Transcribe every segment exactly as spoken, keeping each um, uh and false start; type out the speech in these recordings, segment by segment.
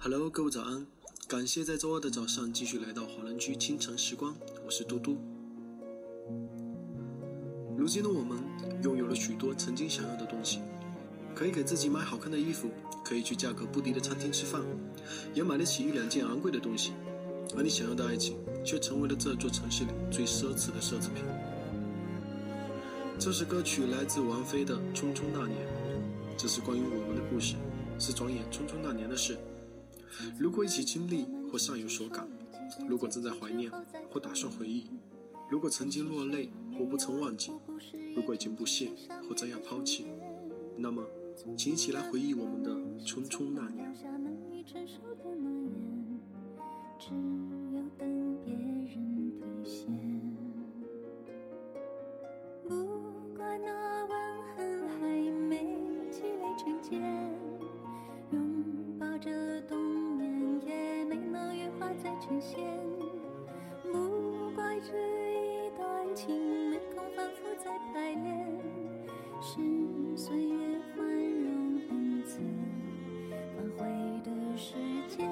Hello， 各位早安！感谢在周二的早上继续来到华人居清晨时光，我是嘟嘟。如今的我们拥有了许多曾经想要的东西，可以给自己买好看的衣服，可以去价格不低的餐厅吃饭，也买得起一两件昂贵的东西。而你想要的爱情，却成为了这座城市里最奢侈的奢侈品。这首歌曲来自王菲的《匆匆那年》，这是关于我们的故事，是转眼匆匆那年的事。如果一起经历或尚有所感，如果正在怀念或打算回忆，如果曾经落泪或不曾忘记，如果已经不屑或将要抛弃，那么请一起来回忆我们的匆匆那年。 只有等别人兑现，不怪那吻痕还没积累成茧，拥抱着冬眠也没能羽化再成仙，不怪这一段情没空反复再排练，是岁月宽容恩赐反悔的时间。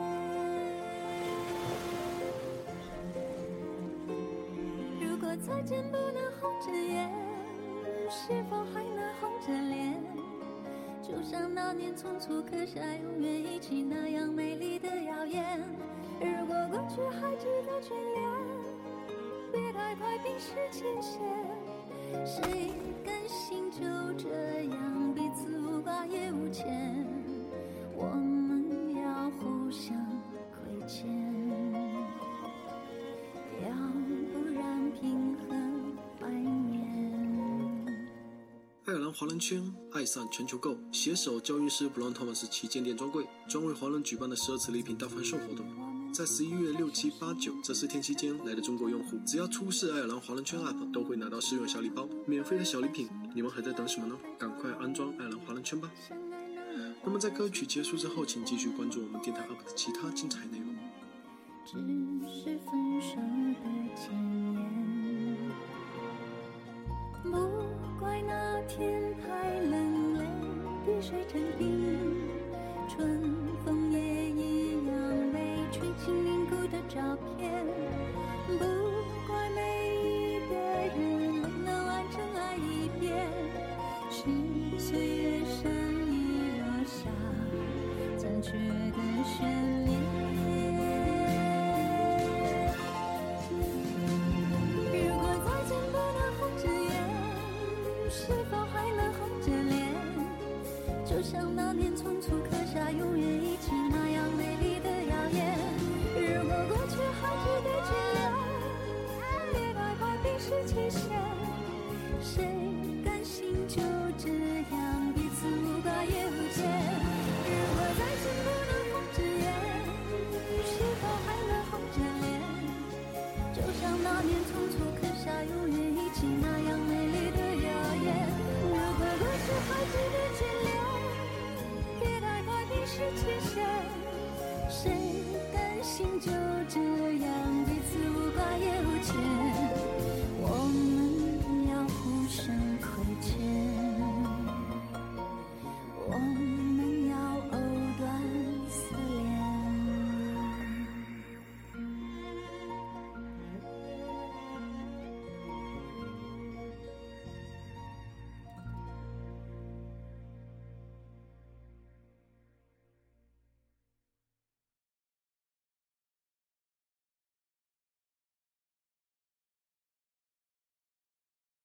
再见不能红着眼，是否还能红着脸？就像那年匆促刻下永远一起那样美丽的谣言。如果过去还值得眷恋，别太快冰释前嫌。谁甘心就这样彼此无挂也无牵？我们要互相亏欠，要不然平衡怀念。 爱尔兰华人圈爱上全球购携手交运师 Brown Thomas 旗舰店专柜，专为华人举办的奢侈礼品大贩售活动，在十一月六、七、八、九这四天期间，来的中国用户只要出示爱尔兰华人圈 App， 都会拿到试用小礼包，免费的小礼品，你们还在等什么呢？赶快安装爱尔兰华人圈吧！那么在歌曲结束之后，请继续关注我们电台 App 的其他精彩内容。 只是分手的前言，不怪那天太冷，泪滴水成冰，春风也一样被吹进凝固的照片，不怪每一个人没能完整爱一遍，是岁月善意落下残缺的悬念。就像那年匆促刻下永远一起那样美丽的谣言。如果过去还值得眷恋，别太快冰释前嫌。谁甘心就这样彼此无挂也无牵？如果再见不能红着眼，是否还能红着脸？就像那年匆促刻下永远一起那样美丽的谣言。如果过去还值得眷恋，是期限，谁甘心就这样彼此无挂也无牵？我们要互相